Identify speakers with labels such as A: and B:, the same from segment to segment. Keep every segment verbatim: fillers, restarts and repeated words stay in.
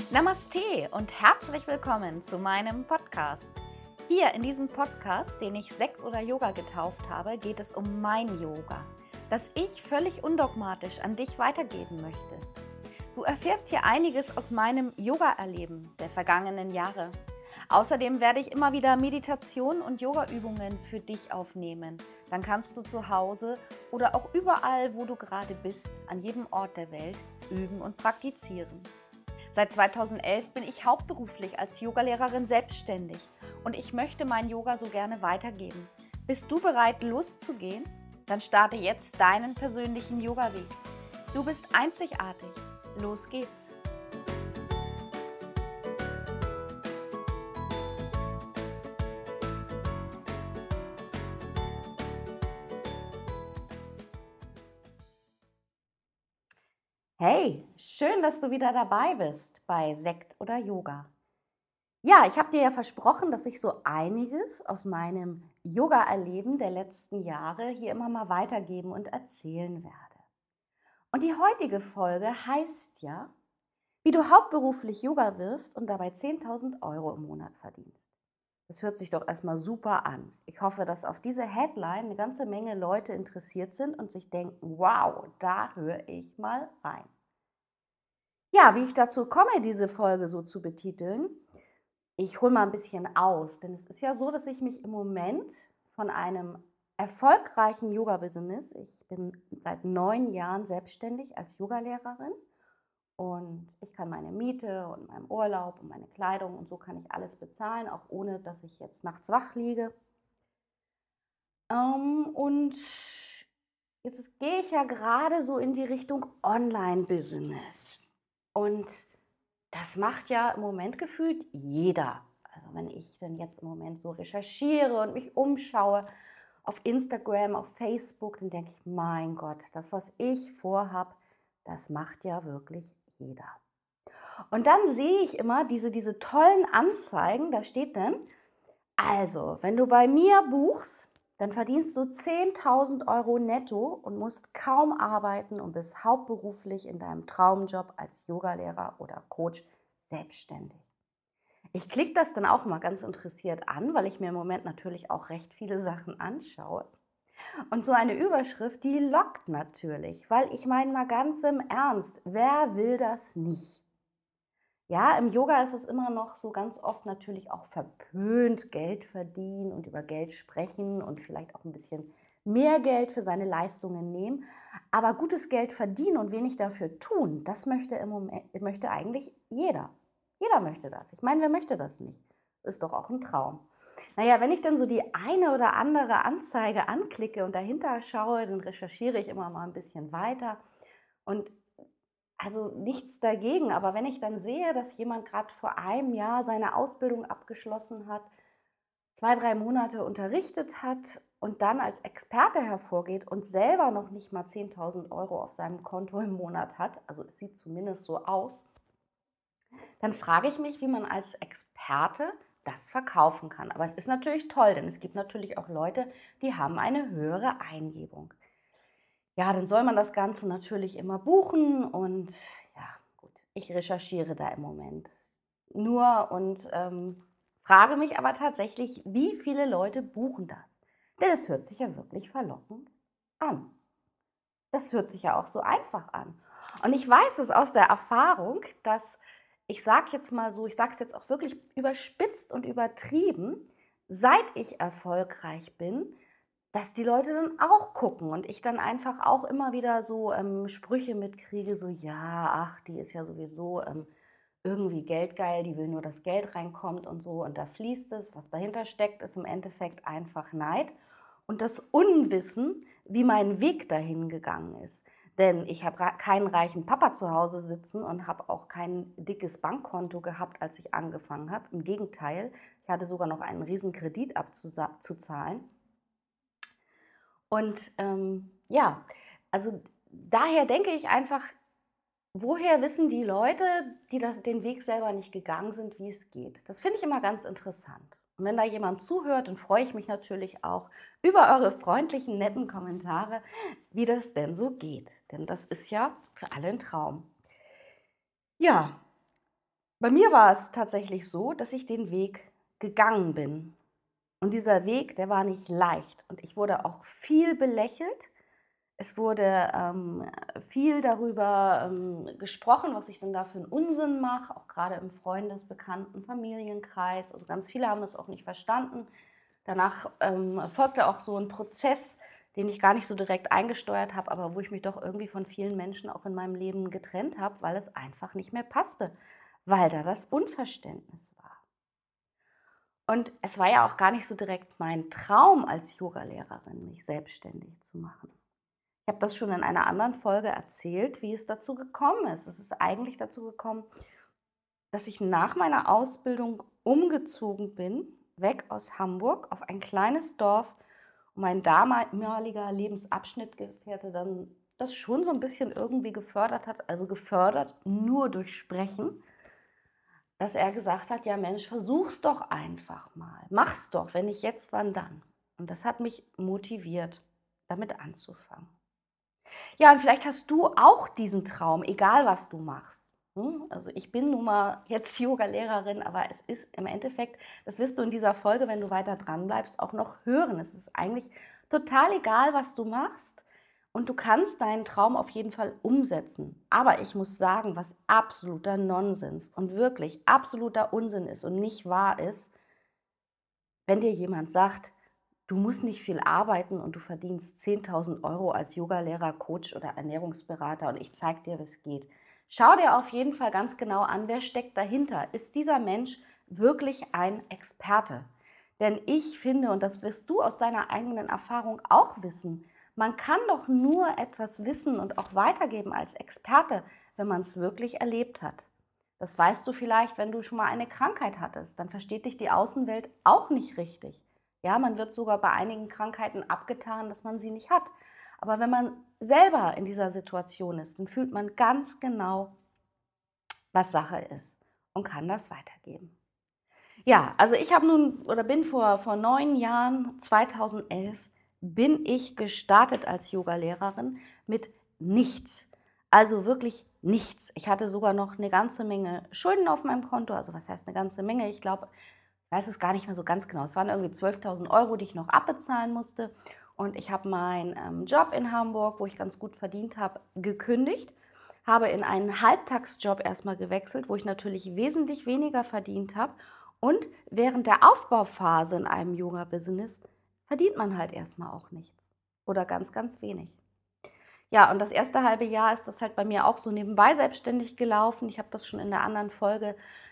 A: Namaste und herzlich willkommen zu meinem Podcast. Hier in diesem Podcast, den ich Sekt oder Yoga getauft habe, geht es um mein Yoga, das ich völlig undogmatisch an dich weitergeben möchte. Du erfährst hier einiges aus meinem Yoga-Erleben der vergangenen Jahre. Außerdem werde ich immer wieder Meditation und Yoga-Übungen für dich aufnehmen. Dann kannst du zu Hause oder auch überall, wo du gerade bist, an jedem Ort der Welt üben und praktizieren. Seit zweitausendelf bin ich hauptberuflich als Yogalehrerin selbstständig und ich möchte mein Yoga so gerne weitergeben. Bist du bereit, loszugehen? Dann starte jetzt deinen persönlichen Yoga-Weg. Du bist einzigartig. Los geht's! Hey, schön, dass du wieder dabei bist bei Sekt oder Yoga. Ja, ich habe dir ja versprochen, dass ich so einiges aus meinem Yoga-Erleben der letzten Jahre hier immer mal weitergeben und erzählen werde. Und die heutige Folge heißt ja, wie du hauptberuflich Yoga wirst und dabei zehntausend Euro im Monat verdienst. Das hört sich doch erstmal super an. Ich hoffe, dass auf diese Headline eine ganze Menge Leute interessiert sind und sich denken, wow, da höre ich mal rein. Ja, wie ich dazu komme, diese Folge so zu betiteln, ich hole mal ein bisschen aus, denn es ist ja so, dass ich mich im Moment von einem erfolgreichen Yoga-Business, ich bin seit neun Jahren selbstständig als Yogalehrerin und ich kann meine Miete und meinen Urlaub und meine Kleidung und so kann ich alles bezahlen, auch ohne dass ich jetzt nachts wach liege. Ähm, und jetzt gehe ich ja gerade so in die Richtung Online-Business. Und das macht ja im Moment gefühlt jeder. Also wenn ich dann jetzt im Moment so recherchiere und mich umschaue auf Instagram, auf Facebook, dann denke ich, mein Gott, das, was ich vorhab, das macht ja wirklich jeder. Und dann sehe ich immer diese, diese tollen Anzeigen, da steht dann, also, wenn du bei mir buchst, dann verdienst du zehntausend Euro netto und musst kaum arbeiten und bist hauptberuflich in deinem Traumjob als Yogalehrer oder Coach selbstständig. Ich klicke das dann auch mal ganz interessiert an, weil ich mir im Moment natürlich auch recht viele Sachen anschaue. Und so eine Überschrift, die lockt natürlich, weil ich meine mal ganz im Ernst, wer will das nicht? Ja, im Yoga ist es immer noch so ganz oft natürlich auch verpönt, Geld verdienen und über Geld sprechen und vielleicht auch ein bisschen mehr Geld für seine Leistungen nehmen. Aber gutes Geld verdienen und wenig dafür tun, das möchte im Moment möchte eigentlich jeder. Jeder möchte das. Ich meine, wer möchte das nicht? Das ist doch auch ein Traum. Na ja, wenn ich dann so die eine oder andere Anzeige anklicke und dahinter schaue, dann recherchiere ich immer mal ein bisschen weiter und also nichts dagegen, aber wenn ich dann sehe, dass jemand gerade vor einem Jahr seine Ausbildung abgeschlossen hat, zwei drei Monate unterrichtet hat und dann als Experte hervorgeht und selber noch nicht mal zehntausend Euro auf seinem Konto im Monat hat, also es sieht zumindest so aus, dann frage ich mich, wie man als Experte das verkaufen kann. Aber es ist natürlich toll, denn es gibt natürlich auch Leute, die haben eine höhere Eingebung. Ja, dann soll man das Ganze natürlich immer buchen und ja, gut, ich recherchiere da im Moment nur und ähm, frage mich aber tatsächlich, wie viele Leute buchen das? Denn es hört sich ja wirklich verlockend an. Das hört sich ja auch so einfach an. Und ich weiß es aus der Erfahrung, dass ich sage jetzt mal so, ich sage es jetzt auch wirklich überspitzt und übertrieben, seit ich erfolgreich bin, dass die Leute dann auch gucken und ich dann einfach auch immer wieder so, ähm, Sprüche mitkriege, so: „Ja, ach, die ist ja sowieso, ähm, irgendwie geldgeil, die will nur, dass Geld reinkommt und so und da fließt es.“ Was dahinter steckt, ist im Endeffekt einfach Neid und das Unwissen, wie mein Weg dahin gegangen ist. Denn ich habe ra keinen reichen Papa zu Hause sitzen und habe auch kein dickes Bankkonto gehabt, als ich angefangen habe. Im Gegenteil, ich hatte sogar noch einen riesen Kredit abzuzahlen. Und, ähm, ja, also daher denke ich einfach, woher wissen die Leute, die das den Weg selber nicht gegangen sind, wie es geht? Das finde ich immer ganz interessant. Und wenn da jemand zuhört, dann freue ich mich natürlich auch über eure freundlichen, netten Kommentare, wie das denn so geht. Denn das ist ja für alle ein Traum. Ja, Bei mir war es tatsächlich so, dass ich den Weg gegangen bin. Und dieser Weg, der war nicht leicht. Und ich wurde auch viel belächelt. Es wurde, ähm, viel darüber, ähm, gesprochen, was ich denn da für 'n Unsinn mache, auch grade im Freundes-, Bekannten-, Familienkreis. Also, ganz viele haben es auch nicht verstanden. Danach, ähm, folgte auch so 'n Prozess, den ich gar nicht so direkt eingesteuert habe, aber wo ich mich doch irgendwie von vielen Menschen auch in meinem Leben getrennt habe, weil es einfach nicht mehr passte, weil da das Unverständnis war. Und es war ja auch gar nicht so direkt mein Traum als Yogalehrerin, mich selbstständig zu machen. Ich habe das schon in einer anderen Folge erzählt, wie es dazu gekommen ist. Es ist eigentlich dazu gekommen, dass ich nach meiner Ausbildung umgezogen bin, weg aus Hamburg auf ein kleines Dorf und mein damaliger Lebensabschnittgefährte dann das schon so 'n bisschen irgendwie gefördert hat also, gefördert nur durch Sprechen dass er gesagt hat: „Ja Mensch, versuch's doch einfach mal. Mach's doch, wenn nicht jetzt, wann dann?“ Und das hat mich motiviert, damit anzufangen. Ja, und vielleicht hast du auch diesen Traum, egal was du machst, ne? Also, ich bin nun mal jetzt Yogalehrerin, aber es ist im Endeffekt das wirst du in dieser Folge, wenn du weiter dranbleibst, auch noch hören. Es ist eigentlich total egal, was du machst und du kannst deinen Traum auf jeden Fall umsetzen. Aber ich muss sagen, was absoluter Nonsens und wirklich absoluter Unsinn ist und nicht wahr ist wenn dir jemand sagt: „Du musst nicht viel arbeiten und du verdienst zehntausend Euro als Yogalehrer, Coach oder Ernährungsberater und ich zeige dir, wie's geht.“ Schau dir auf jeden Fall ganz genau an, wer steckt dahinter. Ist dieser Mensch wirklich ein Experte? Denn ich finde, und das wirst du aus deiner eigenen Erfahrung auch wissen, man kann doch nur etwas wissen und auch weitergeben als Experte, wenn man's wirklich erlebt hat. Das weißt du vielleicht, wenn du schon mal eine Krankheit hattest, dann versteht dich die Außenwelt auch nicht richtig. Ja, man wird sogar bei einigen Krankheiten abgetan, dass man sie nicht hat. Aber wenn man selber in dieser Situation ist, dann fühlt man ganz genau was Sache ist und kann das weitergeben. Ja, also, ich habe nun oder bin vor vor neun Jahren, zweitausendelf, bin ich gestartet als Yogalehrerin mit nichts. Also, wirklich nichts. Ich hatte sogar noch 'ne ganze Menge Schulden auf meinem Konto. Also, was heißt 'ne ganze Menge? Ich glaube weiß es gar nicht mehr so ganz genau. Es waren irgendwie zwölftausend Euro, die ich noch abbezahlen musste. Und ich habe meinen, ähm, Job in Hamburg, wo ich ganz gut verdient habe, gekündigt, habe in einen Halbtagsjob erst mal gewechselt, wo ich natürlich wesentlich weniger verdient habe. Und während der Aufbauphase in einem Yoga-Business verdient man halt erst mal auch nichts oder ganz, ganz wenig. Ja, und das erste halbe Jahr ist das halt bei mir auch so nebenbei selbstständig gelaufen. Ich habe das schon in der anderen Folge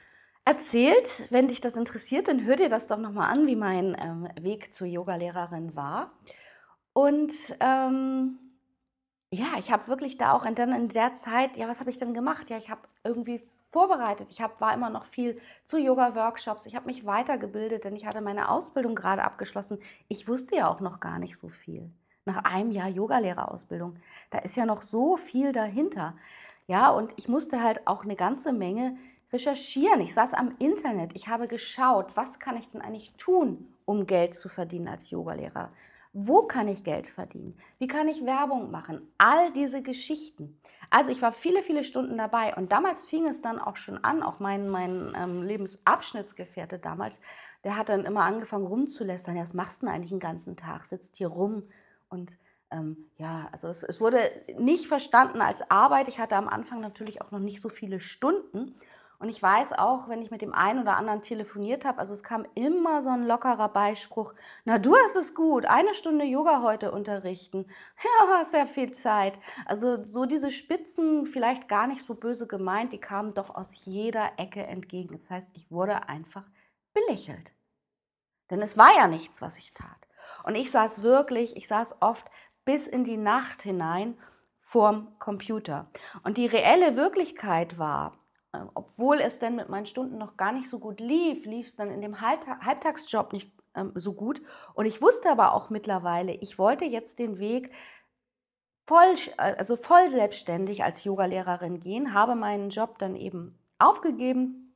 A: erzählt. Wenn dich das interessiert, dann hör dir das doch noch mal an, wie mein, ähm, Weg zur Yogalehrerin war. Und, ähm, ja, ich habe wirklich da auch und dann in der Zeit ja, was habe ich denn gemacht? Ja, ich habe irgendwie vorbereitet. Ich habe war immer noch viel zu Yoga-Workshops. Ich habe mich weitergebildet, denn ich hatte meine Ausbildung grade abgeschlossen. Ich wusste ja auch noch gar nicht so viel. Nach einem Jahr Yogalehrerausbildung, da ist ja noch so viel dahinter. Ja, und ich musste halt auch 'ne ganze Menge recherchieren. Ich saß am Internet. Ich habe geschaut: „Was kann ich denn eigentlich tun, um Geld zu verdienen als Yogalehrer? Wo kann ich Geld verdienen? Wie kann ich Werbung machen?“ All diese Geschichten. Also, ich war viele, viele Stunden dabei und damals fing es dann auch schon an, auch mein mein, ähm, Lebensabschnittsgefährte damals, der hat dann immer angefangen rumzulästern: „Ja, was machst 'n eigentlich 'n ganzen Tag? Sitzt hier rum.“ Und, ähm, ja, also, es es wurde nicht verstanden als Arbeit. Ich hatte am Anfang natürlich auch noch nicht so viele Stunden. Und ich weiß auch, wenn ich mit dem einen oder anderen telefoniert habe also, es kam immer so 'n lockerer Beispruch: „Na, du hast es gut. eine Stunde Yoga heute unterrichten. Ja, hast ja viel Zeit.“ Also, so diese Spitzen, vielleicht gar nicht so böse gemeint, die kamen doch aus jeder Ecke entgegen. Das heißt, ich wurde einfach belächelt. Denn es war ja nichts, was ich tat. Und ich saß wirklich ich saß oft bis in die Nacht hinein vorm Computer. Und die reelle Wirklichkeit war, äh, obwohl es denn mit meinen Stunden noch gar nicht so gut lief, lief's dann in dem Halbta Halbtagsjob nicht, ähm, so gut. Und ich wusste aber auch mittlerweile, ich wollte jetzt den Weg vollsch äh, also, voll selbstständig als Yogalehrerin gehen, habe meinen Job dann eben aufgegeben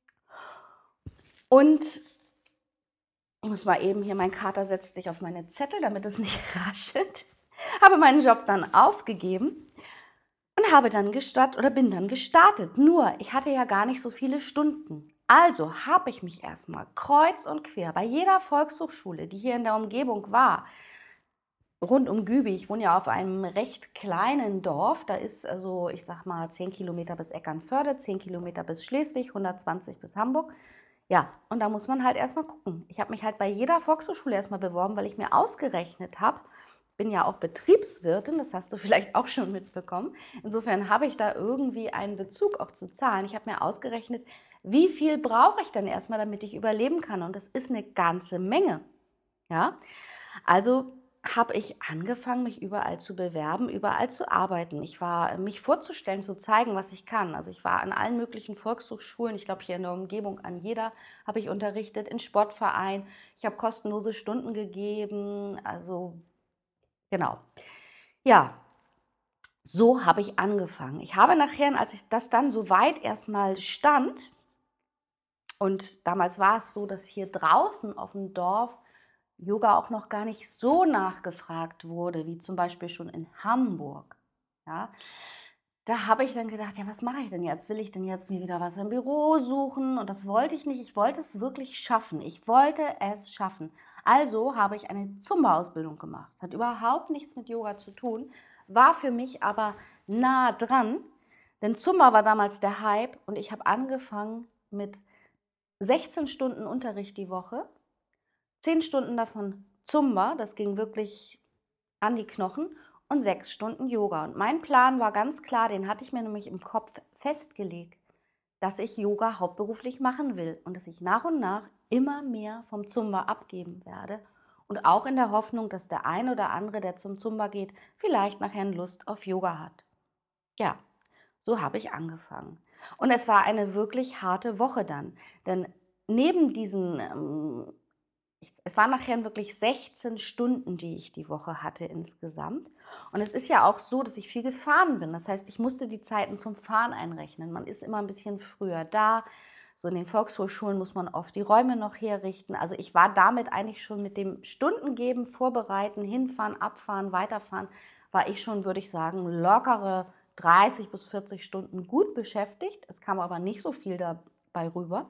A: und ich muss mal eben hier mein Kater setzt sich auf meine Zettel, damit es nicht raschelt. Habe meinen Job dann aufgegeben und habe dann gestartet oder bin dann gestartet. Nur, ich hatte ja gar nicht so viele Stunden. Also habe ich mich erstmal kreuz und quer bei jeder Volkshochschule, die hier in der Umgebung war, rund um Gübi, ich wohne ja auf einem recht kleinen Dorf, da ist also, ich sag mal, zehn Kilometer bis Eckernförde, zehn Kilometer bis Schleswig, hundertzwanzig bis Hamburg. Ja, und da muss man halt erstmal gucken. Ich habe mich halt bei jeder Volkshochschule erstmal beworben, weil ich mir ausgerechnet habe, bin ja auch Betriebswirtin, das hast du vielleicht auch schon mitbekommen. Insofern habe ich da irgendwie einen Bezug auch zu Zahlen. Ich habe mir ausgerechnet, wie viel brauche ich denn erstmal, damit ich überleben kann? Und das ist eine ganze Menge. Ja, also habe ich angefangen, mich überall zu bewerben, überall zu arbeiten. Ich war mich vorzustellen, zu zeigen, was ich kann. Also ich war an allen möglichen Volkshochschulen, ich glaube hier in der Umgebung an jeder habe ich unterrichtet, in Sportvereinen. Ich habe kostenlose Stunden gegeben, also genau. Ja, so habe ich angefangen. Ich habe nachher, als ich das dann so weit erstmal stand, und damals war es so, dass hier draußen auf dem Dorf Yoga auch noch gar nicht so nachgefragt wurde, wie zum Beispiel schon in Hamburg. Ja, da habe ich dann gedacht, ja, was mache ich denn jetzt? Will ich denn jetzt mir wieder was im Büro suchen? Und das wollte ich nicht. Ich wollte es wirklich schaffen. Ich wollte es schaffen. Also habe ich eine Zumba-Ausbildung gemacht. Hat überhaupt nichts mit Yoga zu tun, war für mich aber nah dran, denn Zumba war damals der Hype und ich habe angefangen mit sechzehn Stunden Unterricht die Woche, zehn Stunden davon Zumba, das ging wirklich an die Knochen, und sechs Stunden Yoga. Und mein Plan war ganz klar, den hatte ich mir nämlich im Kopf festgelegt, dass ich Yoga hauptberuflich machen will und dass ich nach und nach immer mehr vom Zumba abgeben werde und auch in der Hoffnung, dass der ein oder andere, der zum Zumba geht, vielleicht nachher Lust auf Yoga hat. Ja, so habe ich angefangen. Und es war eine wirklich harte Woche dann, denn neben diesen ähm, ich es waren nachher wirklich sechzehn Stunden, die ich die Woche hatte insgesamt. Und es ist ja auch so, dass ich viel gefahren bin. Das heißt, ich musste die Zeiten zum Fahren einrechnen. Man ist immer ein bisschen früher da. So in den Volkshochschulen muss man oft die Räume noch herrichten. Also ich war damit eigentlich schon mit dem Stundengeben, Vorbereiten, hinfahren, abfahren, weiterfahren, war ich schon, würde ich sagen, lockere dreißig bis vierzig Stunden gut beschäftigt. Es kam aber nicht so viel dabei rüber.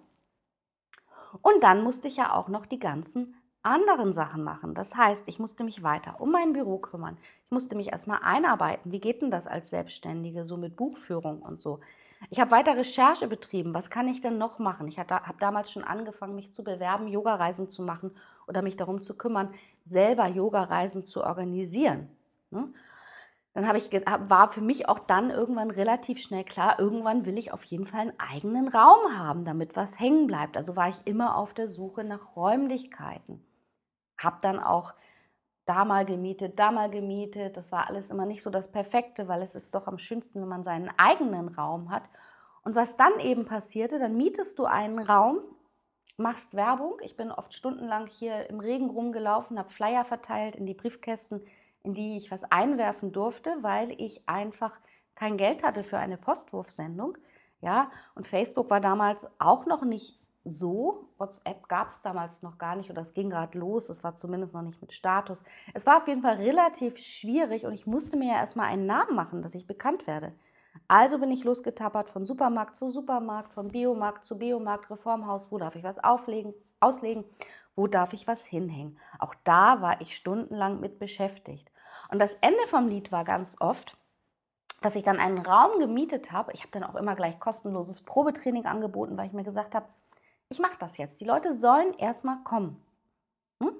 A: Und dann musste ich ja auch noch die ganzen anderen Sachen machen. Das heißt, ich musste mich weiter um mein Büro kümmern. Ich musste mich erstmal einarbeiten. Wie geht denn das als Selbstständige, so mit Buchführung und so? Ich habe weiter Recherche betrieben. Was kann ich denn noch machen? Ich habe damals schon angefangen, mich zu bewerben, Yogareisen zu machen oder mich darum zu kümmern, selber Yogareisen zu organisieren. Ne? Dann habe ich war für mich auch dann irgendwann relativ schnell klar, irgendwann will ich auf jeden Fall einen eigenen Raum haben, damit was hängen bleibt. Also war ich immer auf der Suche nach Räumlichkeiten. Habe dann auch da mal gemietet, da mal gemietet. Das war alles immer nicht so das Perfekte, weil es ist doch am schönsten, wenn man seinen eigenen Raum hat. Und was dann eben passierte, dann mietest du einen Raum, machst Werbung. Ich bin oft stundenlang hier im Regen rumgelaufen, habe Flyer verteilt in die Briefkästen, in die ich was einwerfen durfte, weil ich einfach kein Geld hatte für eine Postwurfsendung. Ja, und Facebook war damals auch noch nicht so. WhatsApp gab es damals noch gar nicht oder es ging gerade los. Es war zumindest noch nicht mit Status. Es war auf jeden Fall relativ schwierig und ich musste mir ja erstmal einen Namen machen, dass ich bekannt werde. Also bin ich losgetappert von Supermarkt zu Supermarkt, von Biomarkt zu Biomarkt, Reformhaus. Wo darf ich was auflegen, auslegen? Wo darf ich was hinhängen? Auch da war ich stundenlang mit beschäftigt. Und das Ende vom Lied war ganz oft, dass ich dann einen Raum gemietet habe. Ich habe dann auch immer gleich kostenloses Probetraining angeboten, weil ich mir gesagt habe, ich mache das jetzt. Die Leute sollen erstmal kommen. Hm?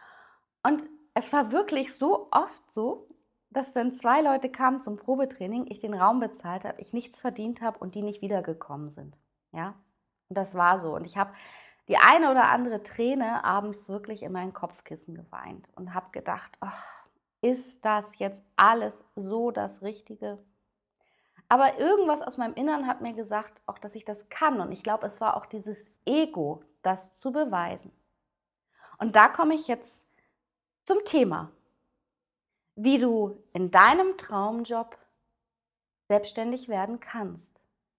A: Und es war wirklich so oft so, dass dann zwei Leute kamen zum Probetraining, ich den Raum bezahlt habe, ich nichts verdient habe und die nicht wiedergekommen sind. Ja? Und das war so. Und ich habe die eine oder andere Träne abends wirklich in mein Kopfkissen geweint und habe gedacht, ach, ist das jetzt alles so das Richtige? Aber irgendwas aus meinem Innern hat mir gesagt, auch dass ich das kann. Und ich glaube, es war auch dieses Ego, das zu beweisen. Und da komme ich jetzt zum Thema, wie du in deinem Traumjob selbstständig werden kannst.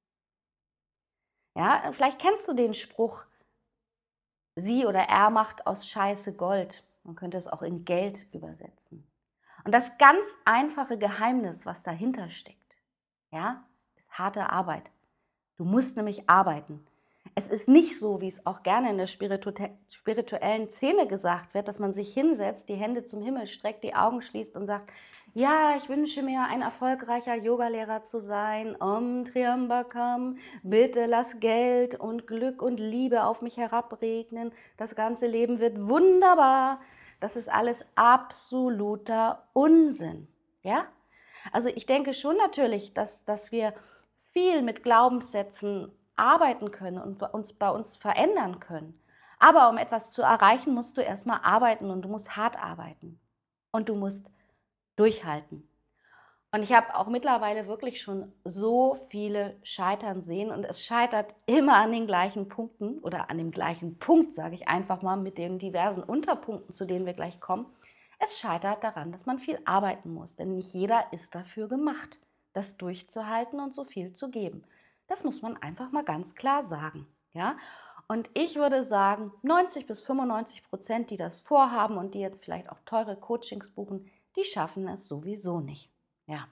A: Ja, vielleicht kennst du den Spruch, sie oder er macht aus Scheiße Gold. Man könnte es auch in Geld übersetzen. Und das ganz einfache Geheimnis, was dahinter steckt, Ja, ist harte Arbeit. Du musst nämlich arbeiten. Es ist nicht so, wie es auch gerne in der spiritu spirituellen Szene gesagt wird, dass man sich hinsetzt, die Hände zum Himmel streckt, die Augen schließt und sagt: „Ja, ich wünsche mir, ein erfolgreicher Yogalehrer zu sein. Om Triambakam, bitte lass Geld und Glück und Liebe auf mich herabregnen. Das ganze Leben wird wunderbar." Das ist alles absoluter Unsinn, ja? Also, ich denke schon natürlich, dass dass wir viel mit Glaubenssätzen arbeiten können und bei uns bei uns verändern können. Aber um etwas zu erreichen, musst du erst mal arbeiten und du musst hart arbeiten und du musst durchhalten. Und ich habe auch mittlerweile wirklich schon so viele scheitern sehen und es scheitert immer an den gleichen Punkten oder an dem gleichen Punkt, sage ich einfach mal, mit den diversen Unterpunkten, zu denen wir gleich kommen. Es scheitert daran, dass man viel arbeiten muss, denn nicht jeder ist dafür gemacht, das durchzuhalten und so viel zu geben. Das muss man einfach mal ganz klar sagen, ja? Und ich würde sagen, neunzig bis fünfundneunzig Prozent, die das vorhaben und die jetzt vielleicht auch teure Coachings buchen, die schaffen es sowieso nicht. Ja.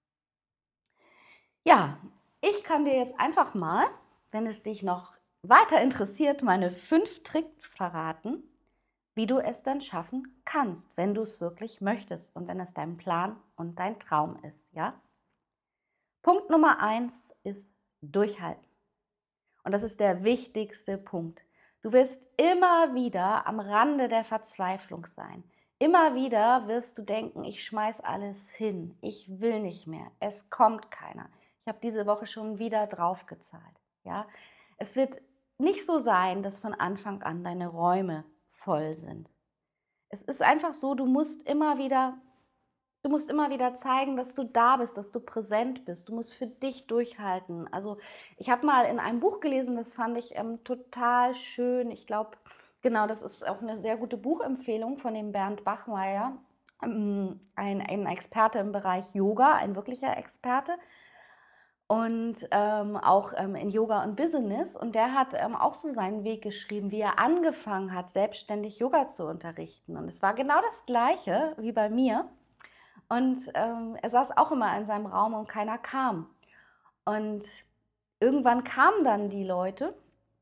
A: Ja, ich kann dir jetzt einfach mal, wenn es dich noch weiter interessiert, meine fünf Tricks verraten, wie du es dann schaffen kannst, wenn du es wirklich möchtest und wenn es dein Plan und dein Traum ist, ja? Punkt Nummer eins ist durchhalten. Und das ist der wichtigste Punkt. Du wirst immer wieder am Rande der Verzweiflung sein. Immer wieder wirst du denken, ich schmeiß alles hin, ich will nicht mehr, es kommt keiner. Ich habe diese Woche schon wieder draufgezahlt. Ja? Es wird nicht so sein, dass von Anfang an deine Räume voll sind. Es ist einfach so, du musst immer wieder Du musst immer wieder zeigen, dass du da bist, dass du präsent bist. Du musst für dich durchhalten. Also, ich habe mal in einem Buch gelesen, das fand ich, ähm, total schön. Ich glaube, genau, das ist auch eine sehr gute Buchempfehlung von dem Bernd Bachmeier, ähm, ein ein Experte im Bereich Yoga, ein wirklicher Experte und, ähm, auch, ähm, in Yoga und Business. Und der hat, ähm, auch so seinen Weg geschrieben, wie er angefangen hat, selbstständig Yoga zu unterrichten. Und es war genau das Gleiche wie bei mir. Und, ähm, er saß auch immer in seinem Raum und keiner kam. Und irgendwann kamen dann die Leute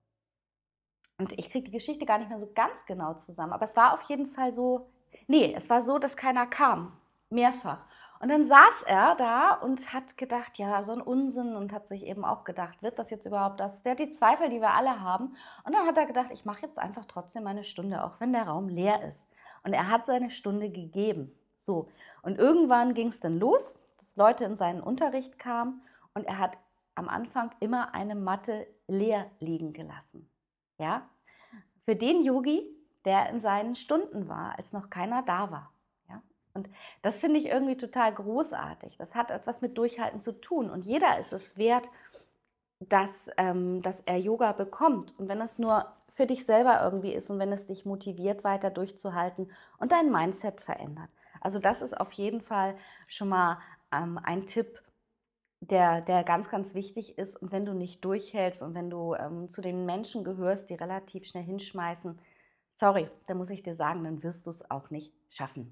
A: und ich kriege die Geschichte gar nicht mehr so ganz genau zusammen, aber es war auf jeden Fall so, ne, es war so, dass keiner kam, mehrfach. Und dann saß er da und hat gedacht: „Ja, so 'n Unsinn", und hat sich eben auch gedacht: „Wird das jetzt überhaupt das?" Der hat die Zweifel, die wir alle haben. Und dann hat er gedacht: „Ich mache jetzt einfach trotzdem meine Stunde, auch wenn der Raum leer ist." Und er hat seine Stunde gegeben. So, und irgendwann ging's dann los, dass Leute in seinen Unterricht kamen und er hat am Anfang immer eine Matte leer liegen gelassen, ja? Für den Yogi, der in seinen Stunden war, als noch keiner da war, ja? Und das finde ich irgendwie total großartig. Das hat etwas mit Durchhalten zu tun und jeder ist es wert, dass, ähm, dass er Yoga bekommt. Und wenn es nur für dich selber irgendwie ist und wenn es dich motiviert, weiter durchzuhalten und dein Mindset verändert. Also das ist auf jeden Fall schon mal ähm, ein Tipp, der, der ganz, ganz wichtig ist. Und wenn du nicht durchhältst und wenn du ähm, zu den Menschen gehörst, die relativ schnell hinschmeißen, sorry, da muss ich dir sagen, dann wirst du es auch nicht schaffen.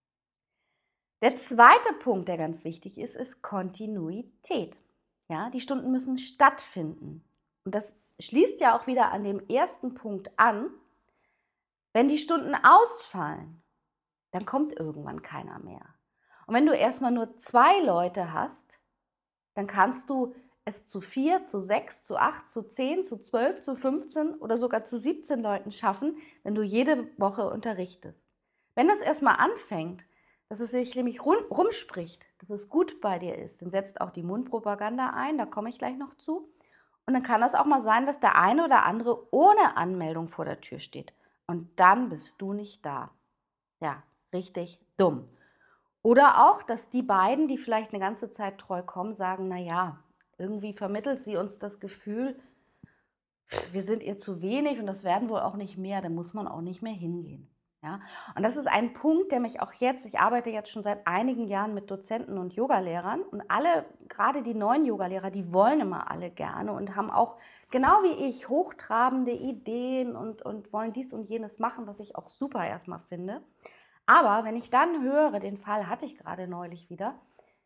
A: Der zweite Punkt, der ganz wichtig ist, ist Kontinuität. Ja, die Stunden müssen stattfinden. Und das schließt ja auch wieder an dem ersten Punkt an. Wenn die Stunden ausfallen, dann kommt irgendwann keiner mehr. Und wenn du erstmal nur zwei Leute hast, dann kannst du es zu vier, zu sechs, zu acht, zu zehn, zu zwölf, zu fünfzehn oder sogar zu siebzehn Leuten schaffen, wenn du jede Woche unterrichtest. Wenn das erstmal anfängt, dass es sich nämlich rum, rumspricht, dass es gut bei dir ist, dann setzt auch die Mundpropaganda ein, da komme ich gleich noch zu. Und dann kann das auch mal sein, dass der eine oder andere ohne Anmeldung vor der Tür steht. Und dann bist du nicht da. Ja, richtig dumm. Oder auch, dass die beiden, die vielleicht eine ganze Zeit treu kommen, sagen: „Na ja, irgendwie vermittelt sie uns das Gefühl, wir sind ihr zu wenig und das werden wohl auch nicht mehr, dann muss man auch nicht mehr hingehen." Ja? Und das ist ein Punkt, der mich auch jetzt, ich arbeite jetzt schon seit einigen Jahren mit Dozenten und Yogalehrern und alle, gerade die neuen Yogalehrer, die wollen immer alle gerne und haben auch, genau wie ich, hochtrabende Ideen und und wollen dies und jenes machen, was ich auch super erstmal finde. Aber wenn ich dann höre, den Fall hatte ich gerade neulich wieder,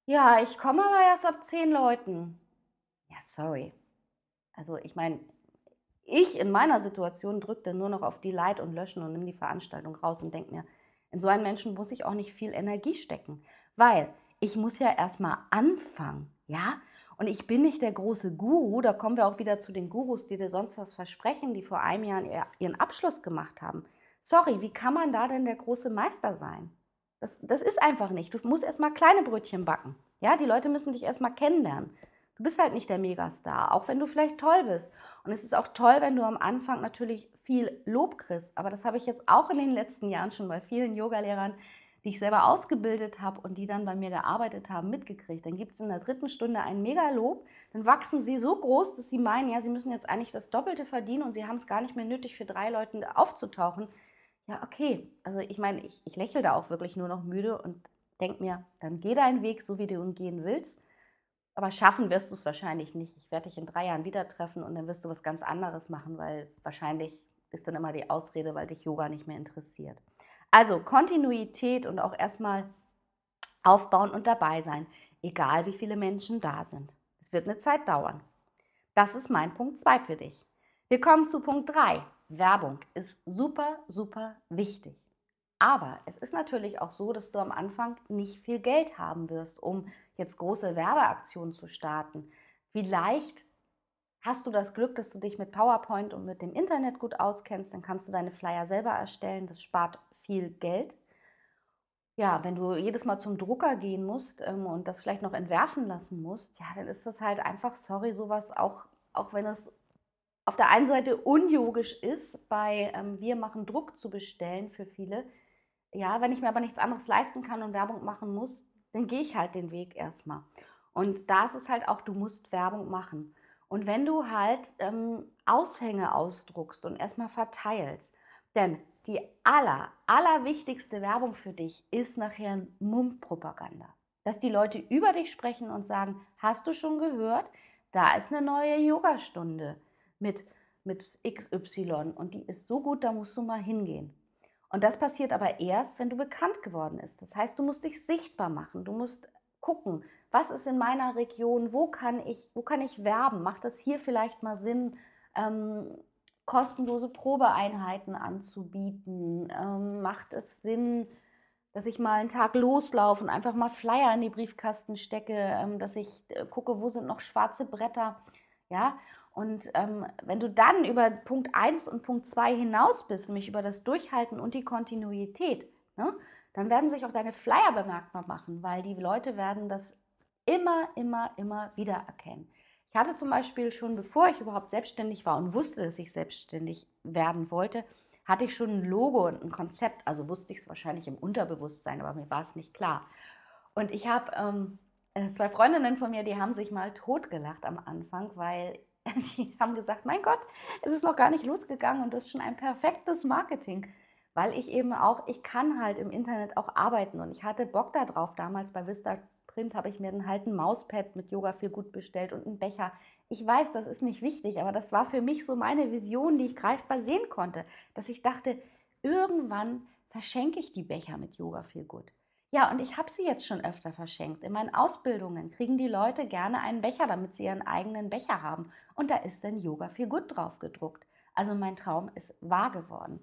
A: Ja, ich komme aber erst ab zehn Leuten. Ja, sorry. Also, ich meine, ich in meiner Situation drücke dann nur noch auf Delete und löschen und nehme die Veranstaltung raus und denke mir, in so einen Menschen muss ich auch nicht viel Energie stecken, weil ich muss ja erst mal anfangen, ja? Und ich bin nicht der große Guru, da kommen wir auch wieder zu den Gurus, die dir sonst was versprechen, die vor einem Jahr ihr ihren Abschluss gemacht haben. Sorry, wie kann man da denn der große Meister sein? Das das ist einfach nicht. Du musst erst mal kleine Brötchen backen, ja? Die Leute müssen dich erst mal kennenlernen. Du bist halt nicht der Megastar, auch wenn du vielleicht toll bist. Und es ist auch toll, wenn du am Anfang natürlich viel Lob kriegst. Aber das habe ich jetzt auch in den letzten Jahren schon bei vielen Yogalehrern, die ich selber ausgebildet habe und die dann bei mir gearbeitet haben, mitgekriegt. Dann gibt es in der dritten Stunde ein Megalob, dann wachsen sie so groß, dass sie meinen, ja, sie müssen jetzt eigentlich das Doppelte verdienen und sie haben es gar nicht mehr nötig, für drei Leuten aufzutauchen. Ja, okay. Also ich meine, ich, ich lächle da auch wirklich nur noch müde und denke mir, dann geh deinen Weg, so wie du ihn gehen willst. Aber schaffen wirst du es wahrscheinlich nicht. Ich werde dich in drei Jahren wieder treffen und dann wirst du was ganz anderes machen, weil wahrscheinlich ist dann immer die Ausrede, weil dich Yoga nicht mehr interessiert. Also Kontinuität und auch erstmal aufbauen und dabei sein, egal wie viele Menschen da sind. Es wird eine Zeit dauern. Das ist mein Punkt zwei für dich. Wir kommen zu Punkt drei. Werbung ist super, super wichtig. Aber es ist natürlich auch so, dass du am Anfang nicht viel Geld haben wirst, um jetzt große Werbeaktionen zu starten. Vielleicht hast du das Glück, dass du dich mit PowerPoint und mit dem Internet gut auskennst, dann kannst du deine Flyer selber erstellen. Das spart viel Geld. Ja, wenn du jedes Mal zum Drucker gehen musst, ähm, und das vielleicht noch entwerfen lassen musst, ja, dann ist das halt einfach, sorry, sowas auch, auch wenn es auf der einen Seite unlogisch ist, bei ähm, Wir machen Druck zu bestellen für viele. Ja, wenn ich mir aber nichts anderes leisten kann und Werbung machen muss, dann gehe ich halt den Weg erstmal. Und da ist es halt auch, du musst Werbung machen. Und wenn du halt ähm, Aushänge ausdruckst und erstmal verteilst, denn die aller, allerwichtigste Werbung für dich ist nachher Mundpropaganda. Dass die Leute über dich sprechen und sagen, hast du schon gehört, da ist eine neue Yogastunde mit, mit X Y und die ist so gut, da musst du mal hingehen. Und das passiert aber erst, wenn du bekannt geworden bist. Das heißt, du musst dich sichtbar machen. Du musst gucken, was ist in meiner Region, wo kann ich, wo kann ich werben? Macht das hier vielleicht mal Sinn, ähm, kostenlose Probeeinheiten anzubieten? Ähm, macht es Sinn, dass ich mal einen Tag loslaufe und einfach mal Flyer in die Briefkasten stecke, ähm, dass ich äh, gucke, wo sind noch schwarze Bretter, ja? Und ähm, wenn du dann über Punkt eins und Punkt zwei hinaus bist, nämlich über das Durchhalten und die Kontinuität, ne, dann werden sich auch deine Flyer bemerkbar machen, weil die Leute werden das immer, immer, immer wieder erkennen. Ich hatte zum Beispiel schon, bevor ich überhaupt selbstständig war und wusste, dass ich selbstständig werden wollte, hatte ich schon ein Logo und ein Konzept. Also wusste ich es wahrscheinlich im Unterbewusstsein, aber mir war es nicht klar. Und ich habe ähm, äh, zwei Freundinnen von mir, die haben sich mal totgelacht am Anfang, weil die haben gesagt, mein Gott, es ist noch gar nicht losgegangen und das ist schon ein perfektes Marketing. Weil ich eben auch, ich kann halt im Internet auch arbeiten und ich hatte Bock darauf. Damals bei Vista Print habe ich mir dann halt ein Mauspad mit Yoga viel gut bestellt und einen Becher. Ich weiß, das ist nicht wichtig, aber das war für mich so meine Vision, die ich greifbar sehen konnte, dass ich dachte, irgendwann verschenke ich die Becher mit Yoga viel gut. Ja, und ich habe sie jetzt schon öfter verschenkt. In meinen Ausbildungen kriegen die Leute gerne einen Becher, damit sie ihren eigenen Becher haben. Und da ist dann Yoga viel gut drauf gedruckt. Also mein Traum ist wahr geworden.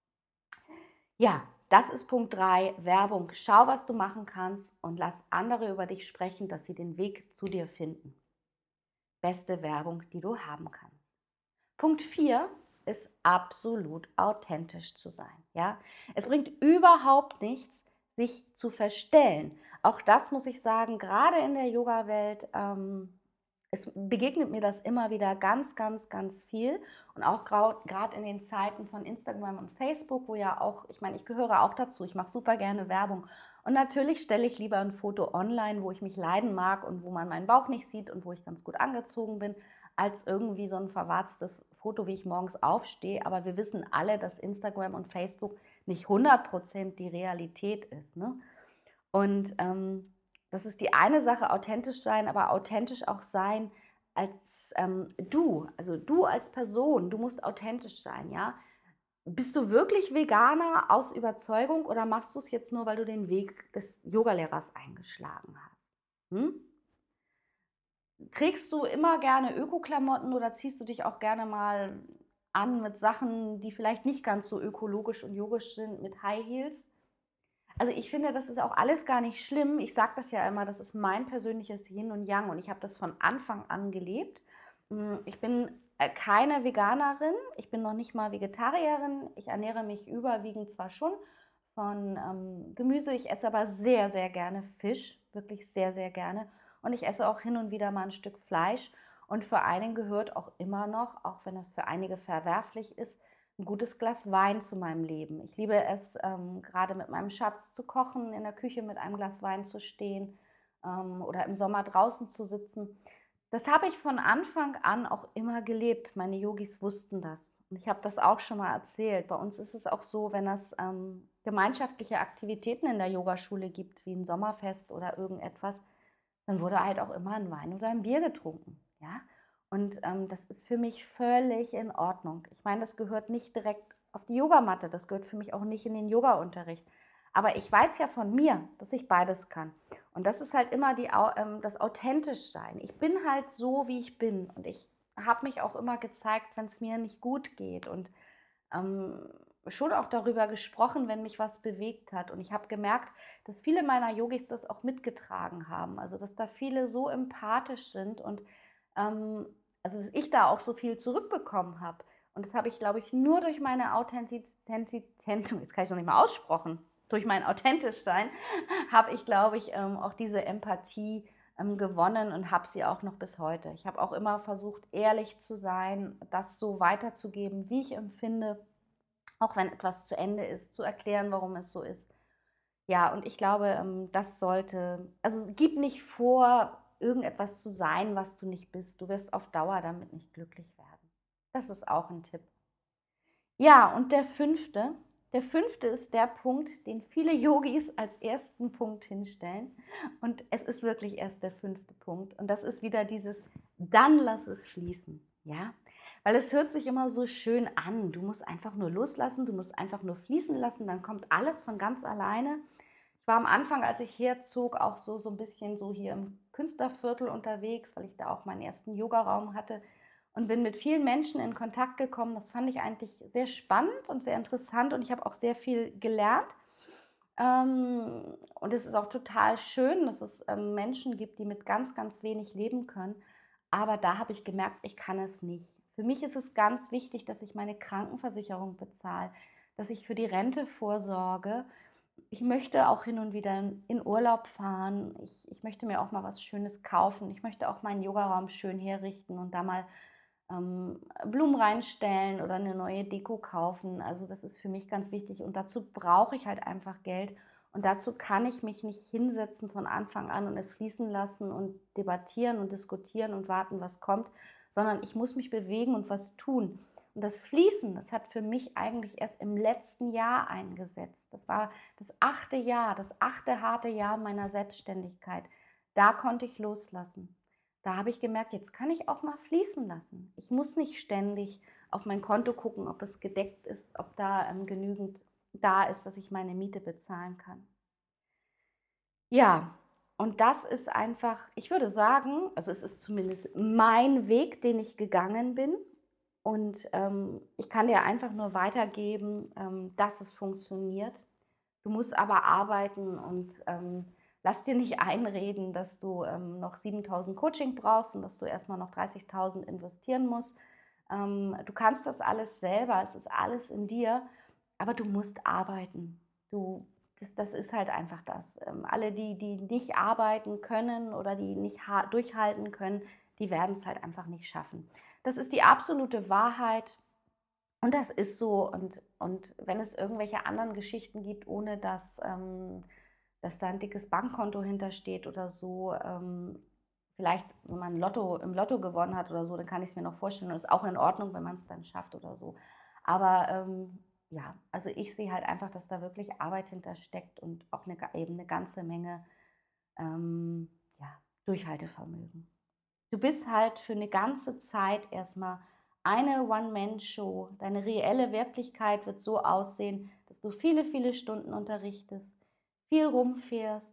A: Ja, das ist Punkt drei, Werbung. Schau, was du machen kannst und lass andere über dich sprechen, dass sie den Weg zu dir finden. Beste Werbung, die du haben kannst. Punkt vier ist absolut authentisch zu sein. Ja? Es bringt überhaupt nichts, sich zu verstellen. Auch das muss ich sagen, gerade in der Yoga-Welt, ähm, es begegnet mir das immer wieder ganz, ganz, ganz viel. Und auch gerade in den Zeiten von Instagram und Facebook, wo ja auch, ich meine, ich gehöre auch dazu, ich mache super gerne Werbung. Und natürlich stelle ich lieber ein Foto online, wo ich mich leiden mag und wo man meinen Bauch nicht sieht und wo ich ganz gut angezogen bin, als irgendwie so ein verwarztes Foto, wie ich morgens aufstehe. Aber wir wissen alle, dass Instagram und Facebook nicht hundert Prozent die Realität ist. Ne? Und ähm, das ist die eine Sache, authentisch sein, aber authentisch auch sein als ähm, du, also du als Person, du musst authentisch sein, ja. Bist du wirklich Veganer aus Überzeugung oder machst du es jetzt nur, weil du den Weg des Yogalehrers eingeschlagen hast? Hm? Trägst du immer gerne Öko-Klamotten oder ziehst du dich auch gerne mal an mit Sachen, die vielleicht nicht ganz so ökologisch und yogisch sind, mit High Heels? Also, ich finde, das ist auch alles gar nicht schlimm. Ich sage das ja immer, das ist mein persönliches Yin und Yang und ich habe das von Anfang an gelebt. Hm, ich bin, äh, keine Veganerin, ich bin noch nicht mal Vegetarierin. Ich ernähre mich überwiegend zwar schon von, ähm, Gemüse, ich esse aber sehr, sehr gerne Fisch, wirklich sehr, sehr gerne. Und ich esse auch hin und wieder mal ein Stück Fleisch. Und vor allen Dingen gehört auch immer noch, auch wenn das für einige verwerflich ist, ein gutes Glas Wein zu meinem Leben. Ich liebe es, ähm, grade mit meinem Schatz zu kochen, in der Küche mit einem Glas Wein zu stehen, ähm, oder im Sommer draußen zu sitzen. Das habe ich von Anfang an auch immer gelebt. Meine Yogis wussten das. Und ich habe das auch schon mal erzählt. Bei uns ist es auch so, wenn es, ähm, gemeinschaftliche Aktivitäten in der Yogaschule gibt, wie ein Sommerfest oder irgendetwas, dann wurde halt auch immer ein Wein oder ein Bier getrunken, ja? Und, ähm, das ist für mich völlig in Ordnung. Ich meine, das gehört nicht direkt auf die Yogamatte, das gehört für mich auch nicht in den Yogaunterricht. Aber ich weiß ja von mir, dass ich beides kann. Und das ist halt immer die Au ähm, das Authentischsein. Ich bin halt so, wie ich bin und ich habe mich auch immer gezeigt, wenn es mir nicht gut geht und, ähm, schon auch darüber gesprochen, wenn mich was bewegt hat. Und ich habe gemerkt, dass viele meiner Yogis das auch mitgetragen haben. Also, dass da viele so empathisch sind und, ähm, also, dass ich da auch so viel zurückbekommen habe. Und das habe ich, glaube ich, nur durch meine Authentiz jetzt kann ich's noch nicht mal aussprechen, durch mein Authentischsein habe ich, glaube ich, ähm, auch diese Empathie, ähm, gewonnen und habe sie auch noch bis heute. Ich habe auch immer versucht, ehrlich zu sein, das so weiterzugeben, wie ich empfinde, auch wenn etwas zu Ende ist, zu erklären, warum es so ist. Ja, und ich glaube, ähm, das sollte, also, gib nicht vor, irgendetwas zu sein, was du nicht bist. Du wirst auf Dauer damit nicht glücklich werden. Das ist auch ein Tipp. Ja, und der fünfte, der fünfte ist der Punkt, den viele Yogis als ersten Punkt hinstellen. Und es ist wirklich erst der fünfte Punkt. Und das ist wieder dieses: „Dann lass es fließen“, ja? Weil es hört sich immer so schön an. Du musst einfach nur loslassen, du musst einfach nur fließen lassen, dann kommt alles von ganz alleine. Ich war am Anfang, als ich herzog, auch so so 'n bisschen so hier im Künstlerviertel unterwegs, weil ich da auch meinen ersten Yogaraum hatte und bin mit vielen Menschen in Kontakt gekommen. Das fand ich eigentlich sehr spannend und sehr interessant und ich habe auch sehr viel gelernt. Ähm, und es ist auch total schön, dass es, ähm, Menschen gibt, die mit ganz, ganz wenig leben können. Aber da habe ich gemerkt, ich kann es nicht. Für mich ist es ganz wichtig, dass ich meine Krankenversicherung bezahle, dass ich für die Rente vorsorge. Ich möchte auch hin und wieder in in Urlaub fahren. Ich ich möchte mir auch mal was Schönes kaufen. Ich möchte auch meinen Yogaraum schön herrichten und da mal, ähm, Blumen reinstellen oder eine neue Deko kaufen. Also, das ist für mich ganz wichtig und dazu brauche ich halt einfach Geld und dazu kann ich mich nicht hinsetzen von Anfang an und es fließen lassen und debattieren und diskutieren und warten, was kommt, sondern ich muss mich bewegen und was tun. Und das Fließen, das hat für mich eigentlich erst im letzten Jahr eingesetzt. Das war das achte Jahr, das achte harte Jahr meiner Selbstständigkeit. Da konnte ich loslassen. Da habe ich gemerkt, jetzt kann ich auch mal fließen lassen. Ich muss nicht ständig auf mein Konto gucken, ob es gedeckt ist, ob da, ähm, genügend da ist, dass ich meine Miete bezahlen kann. Ja, und das ist einfach, ich würde sagen, also, es ist zumindest mein Weg, den ich gegangen bin. Und, ähm, ich kann dir einfach nur weitergeben, ähm, dass es funktioniert. Du musst aber arbeiten und, ähm, lass dir nicht einreden, dass du, ähm, noch siebentausend Coaching brauchst und dass du erst mal noch dreißigtausend investieren musst. Ähm, du kannst das alles selber, es ist alles in dir, aber du musst arbeiten. Du das das ist halt einfach das. Ähm, alle, die die nicht arbeiten können oder die nicht ha durchhalten können, die werden es halt einfach nicht schaffen. Das ist die absolute Wahrheit. Und das ist so und und wenn es irgendwelche anderen Geschichten gibt, ohne dass, ähm dass da 'n dickes Bankkonto hintersteht oder so, ähm, vielleicht, wenn man Lotto im Lotto gewonnen hat oder so, dann kann ich's mir noch vorstellen und ist auch in Ordnung, wenn man's dann schafft oder so. Aber, ähm, ja, also ich sehe halt einfach, dass da wirklich Arbeit hintersteckt und auch 'ne ga eben 'ne ganze Menge, ähm, ja, Durchhaltevermögen. Du bist halt für eine ganze Zeit erstmal eine One-Man-Show. Deine reelle Wirklichkeit wird so aussehen, dass du viele, viele Stunden unterrichtest, viel rumfährst,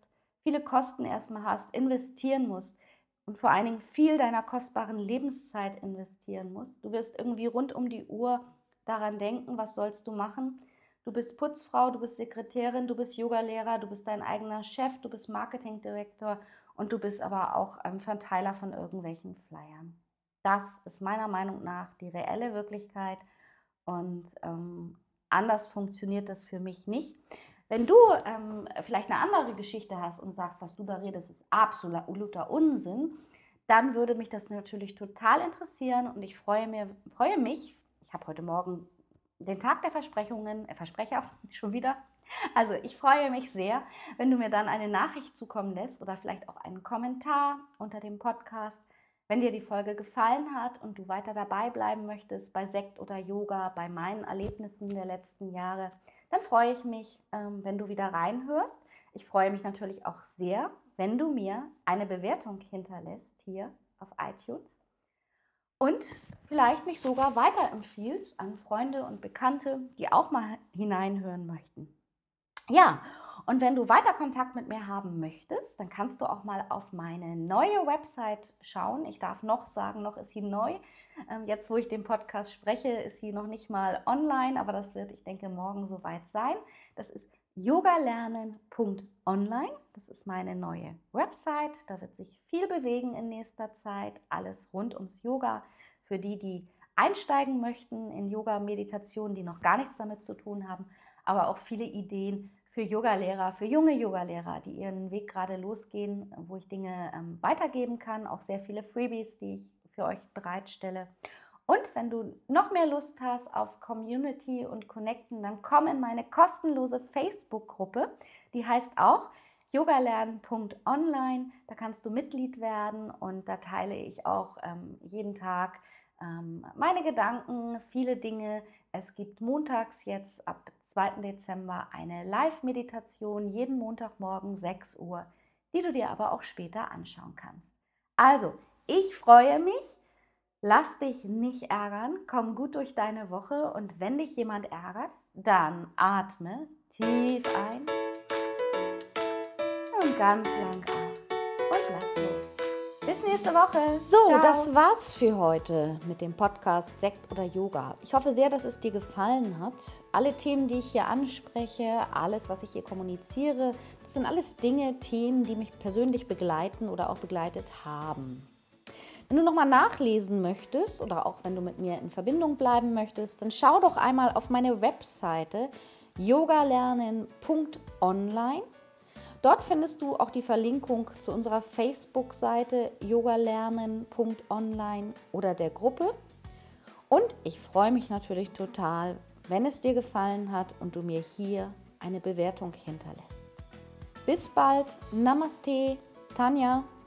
A: viele Kosten erstmal hast, investieren musst und vor allen Dingen viel deiner kostbaren Lebenszeit investieren musst. Du wirst irgendwie rund um die Uhr daran denken, was sollst du machen. Du bist Putzfrau, du bist Sekretärin, du bist Yogalehrer, du bist dein eigener Chef, du bist Marketingdirektor und du bist aber auch ähm, Verteiler von irgendwelchen Flyern. Das ist meiner Meinung nach die reelle Wirklichkeit und ähm, anders funktioniert das für mich nicht. Wenn du ähm, vielleicht eine andere Geschichte hast und sagst, was du da redest, ist absoluter Unsinn, dann würde mich das natürlich total interessieren und ich freue, mir, freue mich, ich habe heute Morgen den Tag der Versprechungen, äh, Versprecher schon wieder, also ich freue mich sehr, wenn du mir dann eine Nachricht zukommen lässt oder vielleicht auch einen Kommentar unter dem Podcast. Wenn dir die Folge gefallen hat und du weiter dabei bleiben möchtest bei Sekt oder Yoga, bei meinen Erlebnissen der letzten Jahre, dann freue ich mich, ähm, wenn du wieder reinhörst. Ich freue mich natürlich auch sehr, wenn du mir eine Bewertung hinterlässt hier auf iTunes und vielleicht mich sogar weiterempfiehlst an Freunde und Bekannte, die auch mal hineinhören möchten. Ja, und wenn du weiter Kontakt mit mir haben möchtest, dann kannst du auch mal auf meine neue Website schauen. Ich darf noch sagen, noch ist sie neu. Ähm, jetzt, wo ich den Podcast spreche, ist sie noch nicht mal online, aber das wird, ich denke, morgen soweit sein. Das ist yogalernen punkt online. Das ist meine neue Website. Da wird sich viel bewegen in nächster Zeit. Alles rund ums Yoga für die, die einsteigen möchten in Yoga-Meditation, die noch gar nichts damit zu tun haben, aber auch viele Ideen für Yogalehrer, für junge Yogalehrer, die ihren Weg gerade losgehen, wo ich Dinge ähm, weitergeben kann, auch sehr viele Freebies, die ich für euch bereitstelle. Und wenn du noch mehr Lust hast auf Community und Connecten, dann komm in meine kostenlose Facebook-Gruppe. Die heißt auch yogalernen punkt online. Da kannst du Mitglied werden und da teile ich auch ähm, jeden Tag ähm, meine Gedanken, viele Dinge. Es gibt montags jetzt ab zweiten Dezember eine Live-Meditation, jeden Montagmorgen sechs Uhr, die du dir aber auch später anschauen kannst. Also, ich freue mich, lass dich nicht ärgern, komm gut durch deine Woche und wenn dich jemand ärgert, dann atme tief ein und ganz lang aus und lass los. Bis nächste Woche.
B: So,
A: Ciao.
B: das war's für heute mit dem Podcast Sekt oder Yoga. Ich hoffe sehr, dass es dir gefallen hat. Alle Themen, die ich hier anspreche, alles, was ich hier kommuniziere, das sind alles Dinge, Themen, die mich persönlich begleiten oder auch begleitet haben. Wenn du nochmal nachlesen möchtest oder auch wenn du mit mir in Verbindung bleiben möchtest, dann schau doch einmal auf meine Webseite yogalernen punkt online. Dort findest du auch die Verlinkung zu unserer Facebook-Seite yogalernen punkt online oder der Gruppe. Und ich freue mich natürlich total, wenn es dir gefallen hat und du mir hier eine Bewertung hinterlässt. Bis bald. Namaste, Tanja.